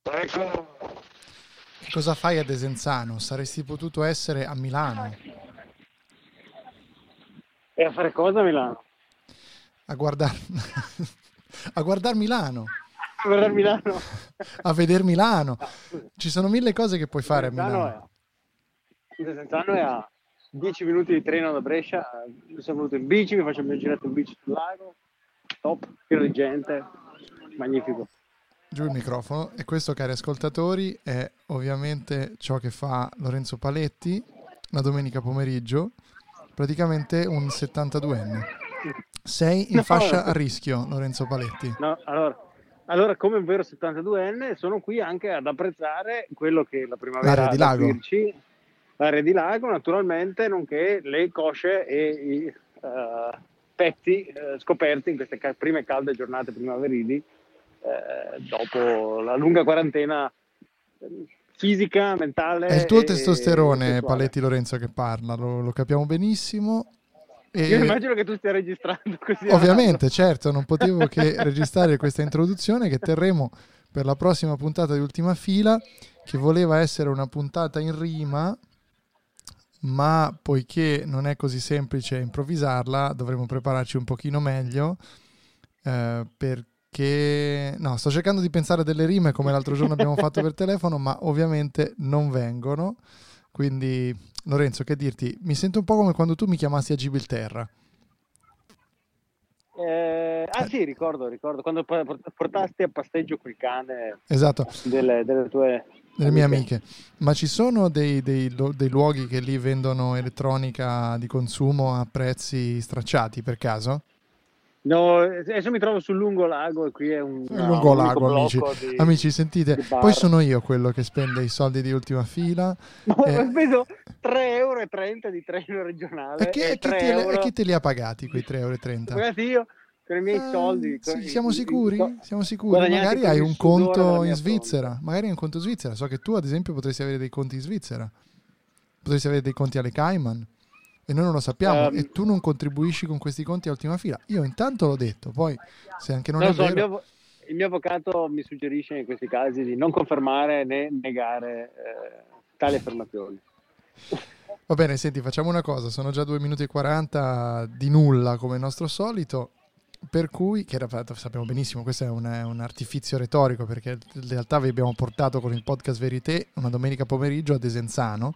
Ecco. Che cosa fai a Desenzano? Saresti potuto essere a Milano, E a fare cosa a Milano? a guardar a guardar Milano, A guardare Milano? a veder Milano. No, scusa. Ci sono mille cose che puoi fare a Desenzano Milano. Desenzano è a 10 minuti di treno da Brescia. Mi sono venuto in bici, mi faccio il mio giretto in bici sul lago. Top, pieno di gente. Magnifico. Giù il microfono. E questo, cari ascoltatori, è ovviamente ciò che fa Lorenzo Paletti la domenica pomeriggio, praticamente un 72enne. Sei in No, fascia a rischio, Lorenzo Paletti. no, allora, come un vero 72enne, sono qui anche ad apprezzare quello che la primavera L'area ha di da lago. offrirci, l'area di lago, naturalmente, nonché le cosce e i petti scoperti in queste prime calde giornate primaverili, dopo la lunga quarantena fisica, mentale È il tuo e testosterone, sessuale. Paletti Lorenzo, che parla, lo capiamo benissimo. Io E immagino che tu stia registrando così. ovviamente, certo, non potevo che registrare questa introduzione che terremo per la prossima puntata di Ultima Fila, che voleva essere una puntata in rima, ma poiché non è così semplice improvvisarla, dovremo prepararci un pochino meglio, perché... No, sto cercando di pensare delle rime come l'altro giorno abbiamo fatto per telefono, ma ovviamente non vengono. Quindi, Lorenzo, che dirti? Mi sento un po' come quando tu mi chiamasti a Gibilterra. Sì, ricordo, quando portasti a passeggio quel cane Esatto, delle tue delle mie amiche. Ma ci sono dei luoghi che lì vendono elettronica di consumo a prezzi stracciati, per caso? No, adesso mi trovo sul lungo lago e qui è un Lungo unico lago, amici. blocco di Amici, sentite, bar. poi sono io quello che spende i soldi di Ultima Fila. No, ho speso 3,30 € di treno regionale e 3 E euro chi te li ha pagati quei 3,30 €? pagati io con i miei soldi. Sì, siamo sicuri? Siamo sicuri? Guadagnati Magari con hai il un sudore conto della in mia Svizzera. fronte. Magari hai un conto in Svizzera. So che tu, ad esempio, potresti avere dei conti in Svizzera. Potresti avere dei conti alle Cayman. E noi non lo sappiamo. E tu non contribuisci con questi conti a Ultima Fila. Io intanto l'ho detto. Poi, se anche non è vero... Il mio avvocato mi suggerisce in questi casi di non confermare né negare tali affermazioni. Va bene, senti, facciamo una cosa. Sono già 2 minuti e 40 di nulla, come il nostro solito. Per cui, che sappiamo benissimo, questo è un artifizio retorico, perché in realtà vi abbiamo portato con il podcast Verité una domenica pomeriggio a Desenzano.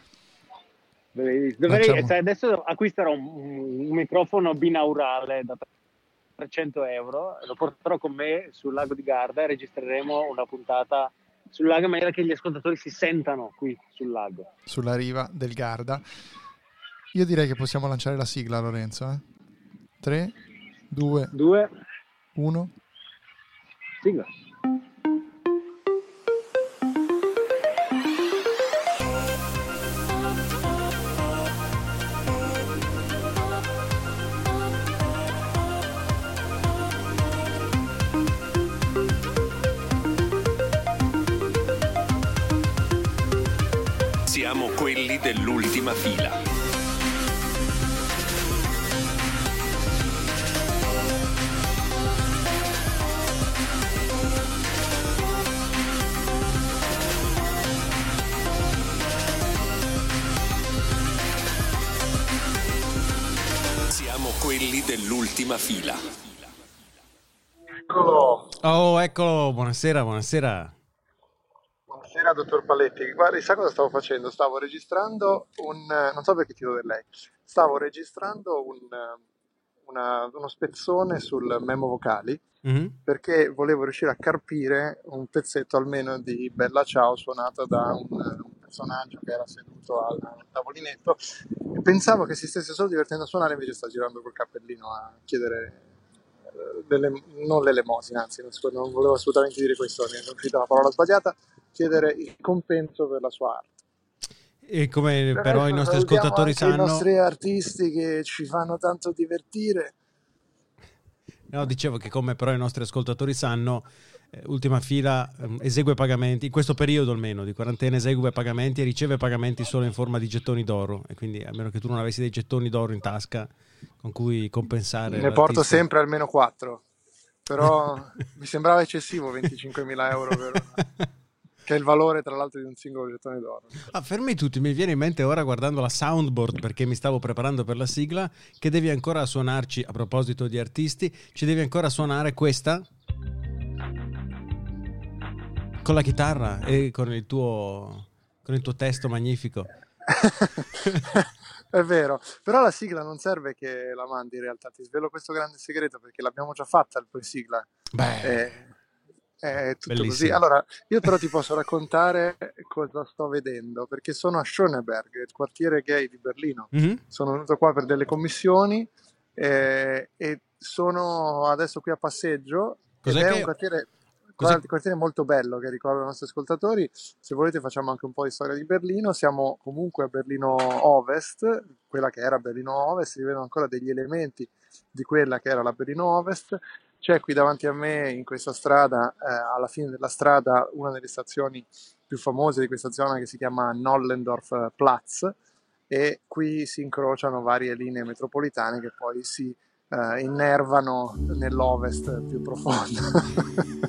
Adesso acquisterò un microfono binaurale da 300 euro, lo porterò con me sul lago di Garda e registreremo una puntata sul lago in maniera che gli ascoltatori si sentano qui sul lago. Sulla riva del Garda. Io direi che possiamo lanciare la sigla, Lorenzo. 3, 2, 1. Sigla. Siamo quelli dell'ultima fila. Siamo quelli dell'ultima fila. Eccolo. Oh, eccolo, buonasera. Buonasera, dottor Paletti. Guardi, sa cosa stavo facendo? Stavo registrando non so perché ti do del lei, stavo registrando uno spezzone sul memo vocali, perché volevo riuscire a carpire un pezzetto almeno di Bella Ciao suonato da un personaggio che era seduto al tavolinetto e pensavo che si stesse solo divertendo a suonare, invece sta girando col cappellino a chiedere non l'elemosina, anzi non volevo assolutamente dire questo, mi è uscita la parola sbagliata, chiedere il compenso per la sua arte. E come però i nostri ascoltatori sanno, i nostri artisti che ci fanno tanto divertire. No, dicevo che come però i nostri ascoltatori sanno, Ultima Fila esegue pagamenti, in questo periodo almeno di quarantena esegue pagamenti e riceve pagamenti solo in forma di gettoni d'oro, e quindi a meno che tu non avessi dei gettoni d'oro in tasca con cui compensare ne porto sempre almeno 4, però mi sembrava eccessivo 25.000 euro per che è il valore tra l'altro di un singolo gettone d'oro. Fermi tutti, mi viene in mente ora guardando la soundboard, perché mi stavo preparando per la sigla, che devi ancora suonarci, a proposito di artisti, ci devi ancora suonare questa con la chitarra e con il tuo testo magnifico. È vero, però la sigla non serve che la mandi in realtà, ti svelo questo grande segreto perché l'abbiamo già fatta il pre-sigla. È tutto bellissimo. Così. Allora, io però ti posso raccontare cosa sto vedendo, perché sono a Schöneberg, il quartiere gay di Berlino. Sono venuto qua per delle commissioni e sono adesso qui a passeggio. Ed è un quartiere... Il quartiere è molto bello, che ricordo ai nostri ascoltatori. Se volete facciamo anche un po' di storia di Berlino. Siamo comunque a Berlino Ovest, quella che era Berlino Ovest, si vedono ancora degli elementi di quella che era la Berlino Ovest. C'è qui davanti a me, in questa strada, alla fine della strada, una delle stazioni più famose di questa zona, che si chiama Nollendorf Platz, e qui si incrociano varie linee metropolitane che poi si innervano nell'Ovest più profondo.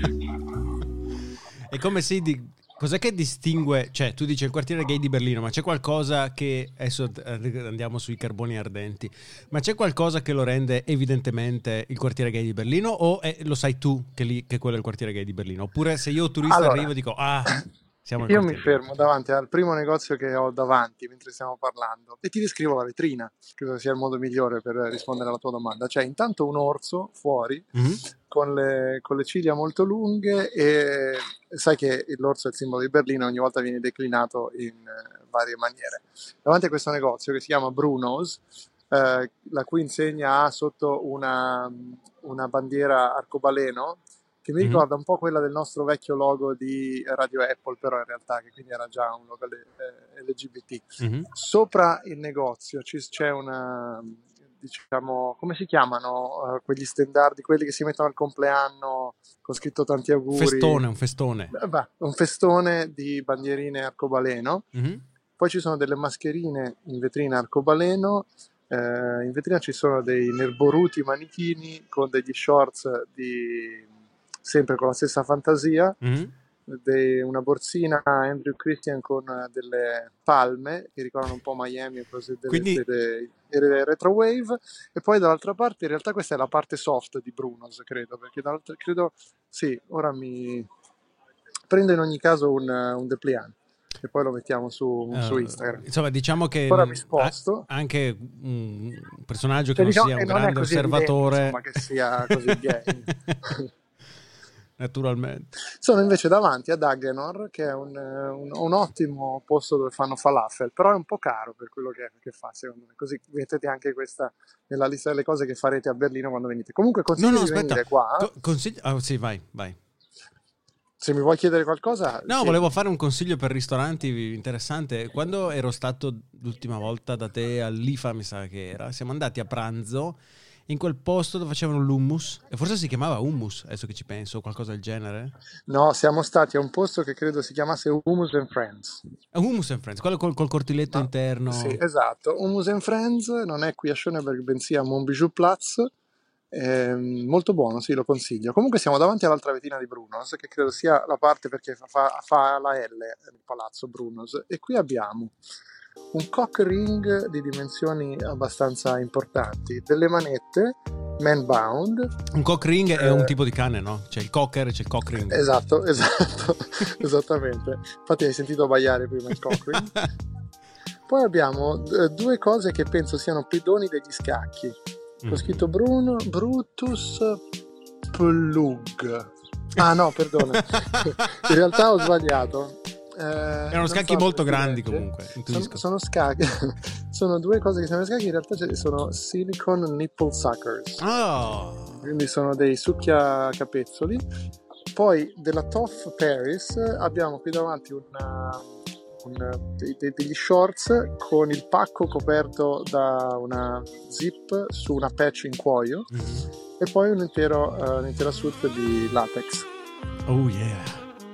E come cos'è che distingue, cioè tu dici il quartiere gay di Berlino, ma c'è qualcosa che, adesso andiamo sui carboni ardenti, ma c'è qualcosa che lo rende evidentemente il quartiere gay di Berlino, o lo sai tu che quello è il quartiere gay di Berlino? Oppure se io turista arrivo e dico io mi fermo davanti al primo negozio che ho davanti mentre stiamo parlando e ti descrivo la vetrina, credo sia il modo migliore per rispondere alla tua domanda. C'è intanto un orso fuori con le ciglia molto lunghe, e sai che l'orso è il simbolo di Berlino, ogni volta viene declinato in varie maniere. Davanti a questo negozio che si chiama Bruno's, la cui insegna ha sotto una bandiera arcobaleno che mi ricorda un po' quella del nostro vecchio logo di Radio Apple, però in realtà che quindi era già un logo LGBT. Sopra il negozio c'è una, diciamo, come si chiamano quegli stendardi, quelli che si mettono al compleanno con scritto tanti auguri? Un festone. Un festone di bandierine arcobaleno. Poi ci sono delle mascherine in vetrina arcobaleno. In vetrina ci sono dei nerboruti manichini con degli shorts sempre con la stessa fantasia, una borsina Andrew Christian con delle palme che ricordano un po' Miami e così, delle retrowave, e poi dall'altra parte in realtà questa è la parte soft di Bruno's, credo, perché ora mi prendo in ogni caso un dépliant e poi lo mettiamo su Instagram. Insomma, diciamo che ora mi sposto. Anche un personaggio che non sia un grande osservatore, insomma, che sia così gay. Naturalmente. Sono invece davanti ad Agenor, che è un ottimo posto dove fanno falafel, però è un po' caro per quello che fa, secondo me. Così mettete anche questa nella lista delle cose che farete a Berlino quando venite. Comunque consiglio di venire qua. Sì, vai. Se mi vuoi chiedere qualcosa... No, volevo fare un consiglio per ristoranti interessante. Quando ero stato l'ultima volta da te all'IFA, mi sa che era, siamo andati a pranzo in quel posto dove facevano l'hummus, e forse si chiamava hummus, adesso che ci penso, o qualcosa del genere. No, siamo stati a un posto che credo si chiamasse Hummus and Friends. Hummus and Friends, quello col cortiletto interno. Sì, esatto. Hummus and Friends non è qui a Schöneberg, bensì a Monbijou-Platz. Molto buono, sì, lo consiglio. Comunque siamo davanti all'altra vetrina di Bruno's, che credo sia la parte perché fa la L nel palazzo Bruno's, e qui abbiamo un cock ring di dimensioni abbastanza importanti, delle manette man bound. Un cock ring è un tipo di cane, no? C'è il cocker e c'è il cock ring. Esatto, esattamente. Infatti hai sentito abbaiare prima il cock ring. Poi abbiamo due cose che penso siano pedoni degli scacchi. Ho scritto Brutus Plug. Ah no, perdono. In realtà ho sbagliato. Erano scacchi molto grandi comunque. Sono scacchi. Sono due cose che sono scacchi, in realtà sono silicone nipple suckers. Quindi sono dei succhiacapezzoli. Poi della Toff Paris abbiamo qui davanti degli shorts con il pacco coperto da una zip su una patch in cuoio, e poi un'intera suite di latex. Oh yeah.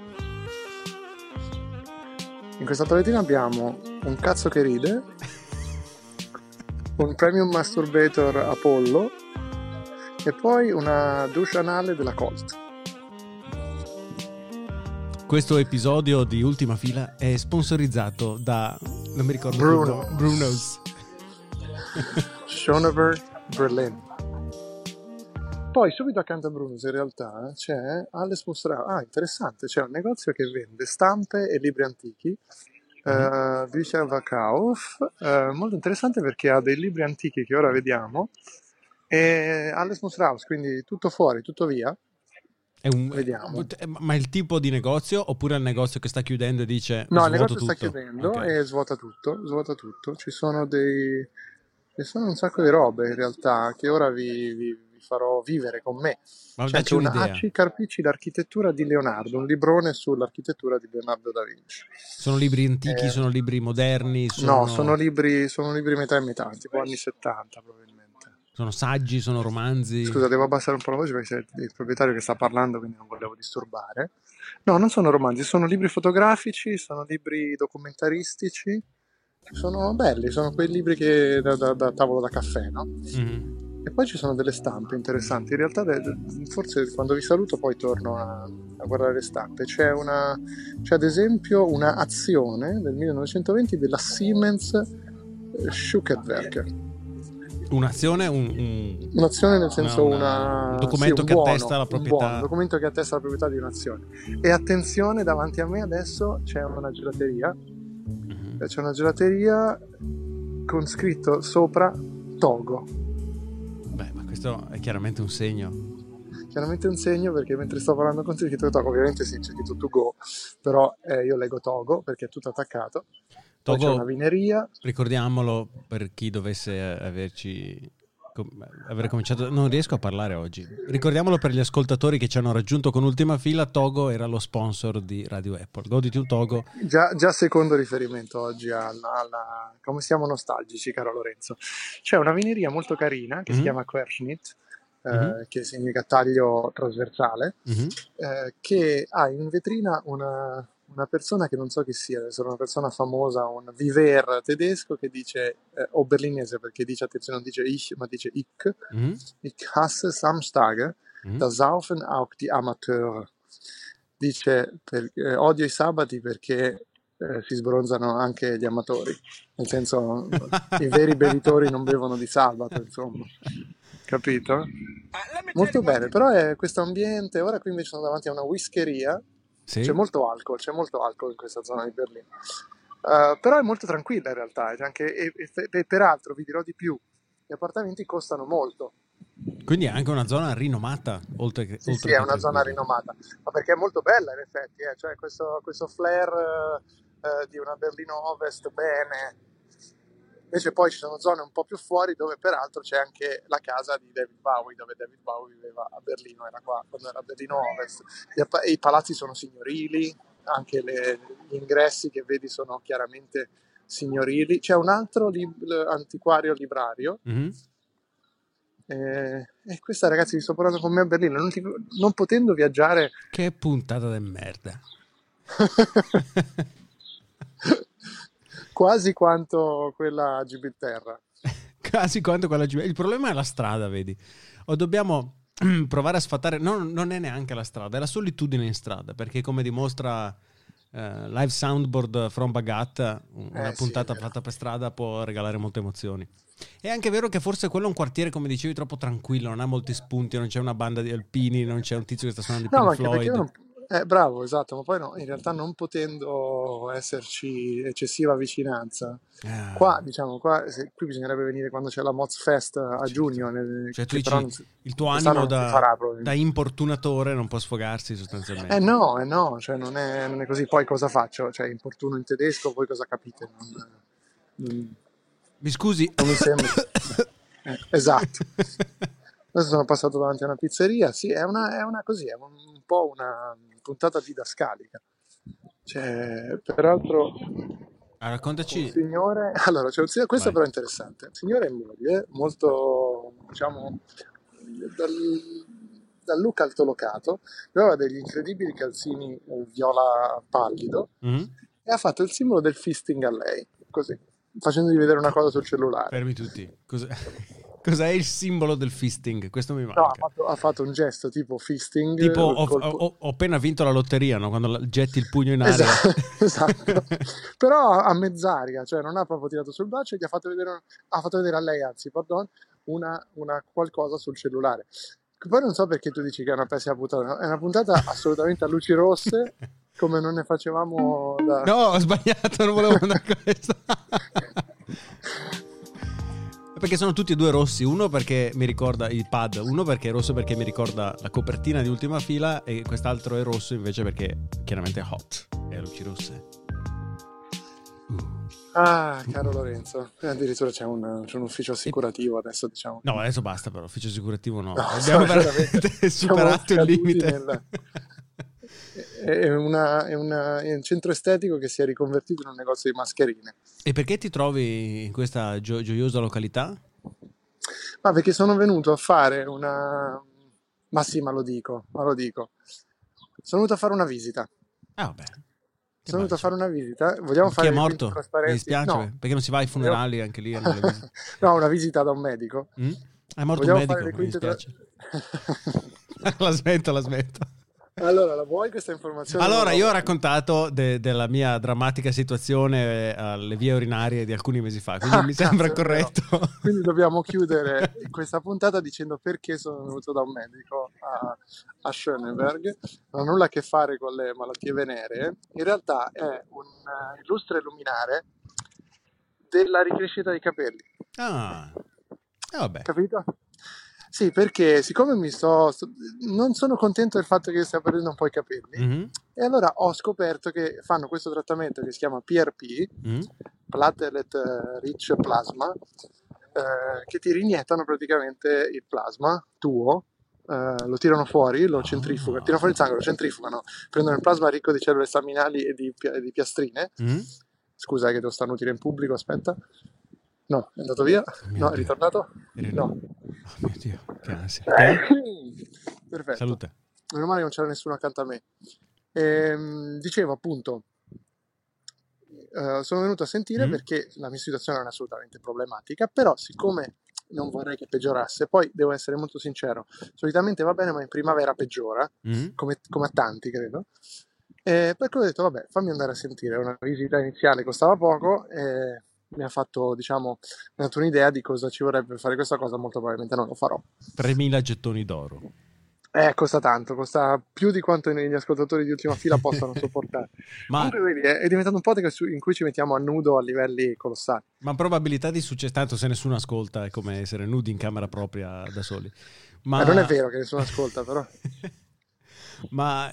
In questa toilettina abbiamo un cazzo che ride, un premium masturbator Apollo e poi una douche anale della Colt. Questo episodio di Ultima Fila è sponsorizzato da, non mi ricordo Bruno. Bruno's. Schoneberg, Berlin. Poi subito accanto a Bruno's in realtà c'è Alles muss raus. Interessante, c'è un negozio che vende stampe e libri antichi, Bücher Verkauf, molto interessante perché ha dei libri antichi che ora vediamo, e Alles muss raus, quindi tutto fuori, tutto via. Vediamo. Ma il tipo di negozio oppure il negozio che sta chiudendo e dice No, il svuoto negozio sta tutto? chiudendo Ok. e svuota tutto. Ci sono un sacco di robe in realtà che ora vi farò vivere con me. Ma C'è dacci anche una un'idea. AC Carpicci, l'architettura di Leonardo, un librone sull'architettura di Leonardo da Vinci. Sono libri antichi, sono libri moderni, No, sono libri metà e metà, tipo anni 70 probabilmente. sono saggi, sono romanzi. Scusa, devo abbassare un po' la voce perché c'è il proprietario che sta parlando, quindi non volevo disturbare. No, non sono romanzi, sono libri fotografici, sono libri documentaristici, sono belli, sono quei libri che da tavolo da caffè, no? Mhm. E poi ci sono delle stampe interessanti. In realtà, forse quando vi saluto poi torno a guardare le stampe. C'è ad esempio una azione del 1920 della Siemens Schuckertwerke. Un'azione, Un'azione nel senso un documento che attesta la proprietà. Un documento che attesta la proprietà di un'azione. E attenzione, davanti a me adesso c'è una gelateria. Mhm. C'è una gelateria con scritto sopra Togo. Beh, ma questo è chiaramente un segno. Chiaramente un segno, perché mentre sto parlando con te c'è scritto Togo, ovviamente sì, c'è scritto to go, però io leggo Togo perché è tutto attaccato. Poi c'è una vineria. Ricordiamolo per chi dovesse aver cominciato. Non riesco a parlare oggi. Ricordiamolo per gli ascoltatori che ci hanno raggiunto con Ultima Fila. Togo era lo sponsor di Radio Apple. Goditi un Togo. Già secondo riferimento oggi come siamo nostalgici, caro Lorenzo. C'è una vineria molto carina che si chiama Querschnitt, che significa taglio trasversale, che ha in vetrina una persona che non so chi sia, deve essere una persona famosa, un viver tedesco che dice, o berlinese, perché dice, attenzione, non dice ich, ma dice ich. Ich hasse Samstage, da saufen auch die Amateure. Dice, odio i sabati perché si sbronzano anche gli amatori, nel senso i veri bevitori non bevono di sabato, insomma. Capito? Molto bene, però è questo ambiente. Ora qui invece sono davanti a una whiskeria. Sì? C'è molto alcol in questa zona di Berlino, però è molto tranquilla in realtà, e peraltro vi dirò di più, gli appartamenti costano molto. Quindi è anche una zona rinomata, oltre che Sì, è una zona rinomata, ma perché è molto bella in effetti, cioè questo flair di una Berlino Ovest bene. Invece poi ci sono zone un po' più fuori dove peraltro c'è anche la casa di David Bowie, dove David Bowie viveva a Berlino, era qua quando era a Berlino Ovest. I palazzi sono signorili, anche gli ingressi che vedi sono chiaramente signorili. C'è un altro antiquario librario. E questa, ragazzi, vi sto parlando con me a Berlino, non potendo viaggiare. Che puntata de merda. Quasi quanto quella a Gibilterra. Quasi quanto quella. Il problema è la strada, vedi. O dobbiamo provare a sfatare. No, non è neanche la strada, è la solitudine in strada, perché come dimostra Live Soundboard from Bagat, una puntata fatta per strada può regalare molte emozioni. È anche vero che forse quello è un quartiere, come dicevi, troppo tranquillo, non ha molti spunti, non c'è una banda di alpini, non c'è un tizio che sta suonando di Pink Floyd. Bravo, esatto, ma poi no, in realtà non potendo esserci eccessiva vicinanza, qua qui bisognerebbe venire quando c'è la Moz Fest a giugno. Cioè tu dici, il tuo animo da importunatore non può sfogarsi sostanzialmente. No, cioè non è così. Poi cosa faccio? Cioè importuno in tedesco, voi cosa capite? Mi scusi? Non mi sembra. Esatto. Adesso sono passato davanti a una pizzeria, sì, è una così, è un po' una puntata didascalica. Cioè, peraltro, raccontaci. Un signore, allora, questo però è interessante. Un signore e moglie, molto, diciamo, dal look altolocato, aveva degli incredibili calzini viola pallido e ha fatto il simbolo del fisting a lei, così, facendogli vedere una cosa sul cellulare. Fermi tutti. Cos'è il simbolo del fisting? Questo mi manca. No, ha fatto un gesto tipo fisting. Tipo ho appena vinto la lotteria, no? Quando getti il pugno in aria. Esatto. Però a mezz'aria, cioè non ha proprio tirato sul braccio e gli ha fatto vedere a lei, anzi, pardon, una qualcosa sul cellulare. Poi non so perché tu dici che è una pessima puntata, è una puntata assolutamente a luci rosse, come non ne facevamo da... No, ho sbagliato, non volevo andare a questo. Perché sono tutti e due rossi, uno perché mi ricorda il pad, uno perché è rosso perché mi ricorda la copertina di Ultima Fila, e quest'altro è rosso invece perché chiaramente è hot, è a luci rosse. Ah, caro Lorenzo, addirittura c'è un ufficio assicurativo adesso, diciamo. No, adesso basta però, ufficio assicurativo no. Abbiamo veramente superato il limite. È un centro estetico che si è riconvertito in un negozio di mascherine. E perché ti trovi in questa gioiosa località? Ma perché sono venuto a fare una... Ma sì, ma lo dico. Sono venuto a fare una visita. Ah, vabbè. Sono venuto a fare una visita. Vogliamo fare chi è morto? Mi dispiace, no. Perché non si va ai funerali anche lì? No, una visita da un medico. È morto Vogliamo un medico, fare le mi quinte dispiace. La smetto. Allora, la vuoi questa informazione? Allora, io ho raccontato della mia drammatica situazione alle vie urinarie di alcuni mesi fa, quindi mi sembra corretto. Quindi dobbiamo chiudere questa puntata dicendo perché sono venuto da un medico a Schöneberg. Non ha nulla a che fare con le malattie veneree, in realtà è un illustre luminare della ricrescita dei capelli. Ah, vabbè. Capito? Sì, perché siccome non sono contento del fatto che stia perdendo un po' i capelli, e allora ho scoperto che fanno questo trattamento che si chiama PRP, Platelet Rich Plasma, che ti riniettano praticamente il plasma tuo, lo tirano fuori, lo centrifugano, tirano fuori il sangue, lo centrifugano, prendono il plasma ricco di cellule staminali e di piastrine. Scusa che devo starnutire in pubblico, aspetta. No, è andato via? No, è ritornato? No. Oh mio Dio, che ansia. Perfetto. Salute. Meno male che non c'era nessuno accanto a me. Dicevo appunto, sono venuto a sentire perché la mia situazione non è assolutamente problematica, però siccome non vorrei che peggiorasse, poi devo essere molto sincero, solitamente va bene ma in primavera peggiora, come a tanti credo. Per cui ho detto vabbè, fammi andare a sentire. Una visita iniziale costava poco e mi ha dato un'idea di cosa ci vorrebbe per fare questa cosa. Molto probabilmente non lo farò. 3.000 gettoni d'oro. Costa tanto, costa più di quanto gli ascoltatori di Ultima Fila possano sopportare. Ma comunque vedi, è diventato un podcast in cui ci mettiamo a nudo a livelli colossali. Ma probabilità di successo, tanto se nessuno ascolta è come essere nudi in camera propria da soli. Ma non è vero che nessuno ascolta, però. Ma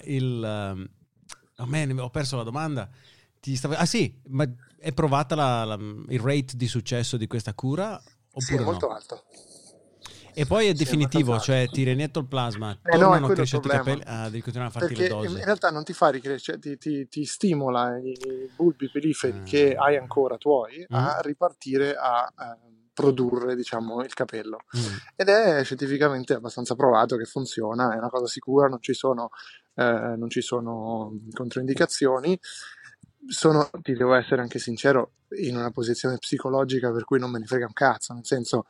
ho perso la domanda. Ah sì, ma è provata il rate di successo di questa cura? Oppure sì, è molto alto. E poi è definitivo, cioè ti rinietto il plasma, tornano a crescere i capelli, devi continuare a farti le dosi. In realtà non ti fa ricrescere, ti stimola i bulbi piliferi che hai ancora tuoi a ripartire a produrre, diciamo, il capello. Ed è scientificamente abbastanza provato che funziona, è una cosa sicura, non ci sono controindicazioni. Ti devo essere anche sincero, in una posizione psicologica per cui non me ne frega un cazzo, nel senso,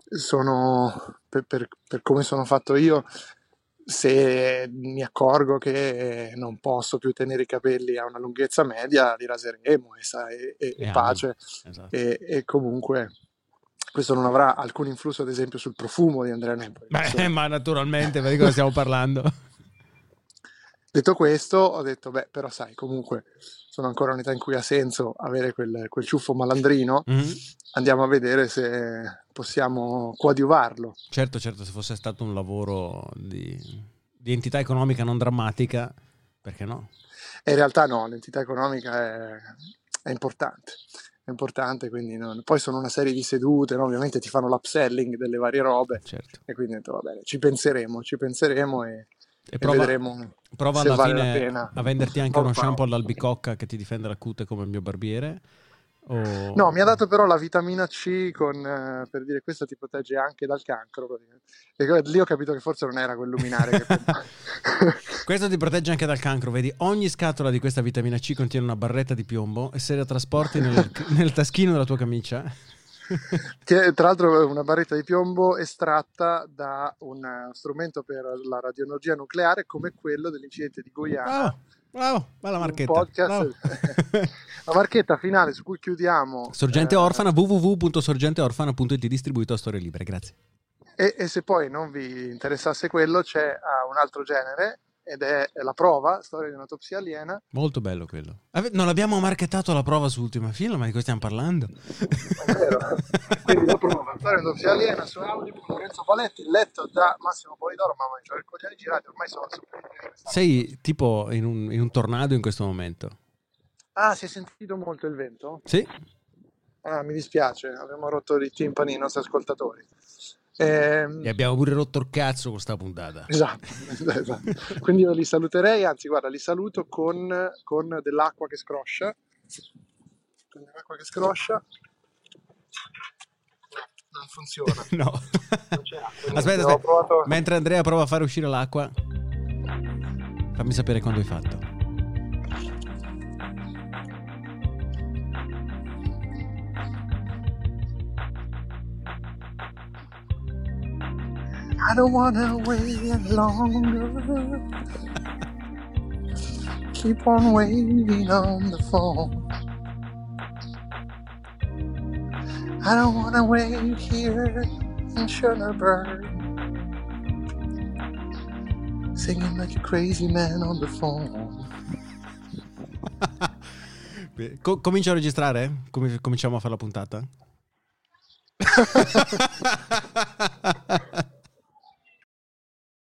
per come sono fatto io, se mi accorgo che non posso più tenere i capelli a una lunghezza media, li raseremo e pace. Esatto. E comunque questo non avrà alcun influsso, ad esempio, sul profumo di Andrea Nepoli. Ma naturalmente, di cosa stiamo parlando? Detto questo, ho detto, però sai, comunque sono ancora un'età in cui ha senso avere quel ciuffo malandrino. Andiamo a vedere se possiamo coadiuvarlo. Certo, se fosse stato un lavoro di entità economica non drammatica, perché no? In realtà no, l'entità economica è importante. È importante, quindi poi sono una serie di sedute, no? Ovviamente ti fanno l'upselling delle varie robe, certo. E quindi ho detto, va bene, ci penseremo e vedremo. Prova se alla vale fine la pena. A venderti anche uno shampoo all'albicocca che ti difende la cute come il mio barbiere. No, mi ha dato però la vitamina C per dire questa ti protegge anche dal cancro. E lì ho capito che forse non era quel luminare che... Questo ti protegge anche dal cancro, vedi, ogni scatola di questa vitamina C contiene una barretta di piombo e se la trasporti nel taschino della tua camicia... Che tra l'altro è una barretta di piombo estratta da un strumento per la radioenergia nucleare come quello dell'incidente di Guyana. Bravo, bella marchetta. Un podcast, bravo. la marchetta finale su cui chiudiamo. Sorgente Orfana, www.sorgenteorfana.it, distribuito a Storie Libere, grazie. E se poi non vi interessasse quello, c'è un altro genere, ed è La prova, storia di un'autopsia aliena. Molto bello quello. Non l'abbiamo marchettato La prova su Ultima Fila, ma di cosa stiamo parlando? È vero. Quindi La prova, storia di un'autopsia aliena su Audible, Lorenzo Paletti, letto da Massimo Polidoro, mamma mia, i coglioni girati, ormai sono super. Sei tipo in un tornado in questo momento. Ah, si è sentito molto il vento? Sì. Ah, mi dispiace, abbiamo rotto i timpani ai nostri ascoltatori. E abbiamo pure rotto il cazzo con sta puntata. Esatto. Quindi io li saluterei, anzi guarda, li saluto con dell'acqua che scroscia. Con dell'acqua che scroscia. Non funziona. No. Non c'è acqua. Aspetta. Provato... Mentre Andrea prova a fare uscire l'acqua, fammi sapere quando hai fatto. I don't wanna wait longer. Keep on waiting on the phone. I don't wanna wait here in Schöneberg, singing like a crazy man on the phone. Comincio a registrare? Cominciamo a fare la puntata?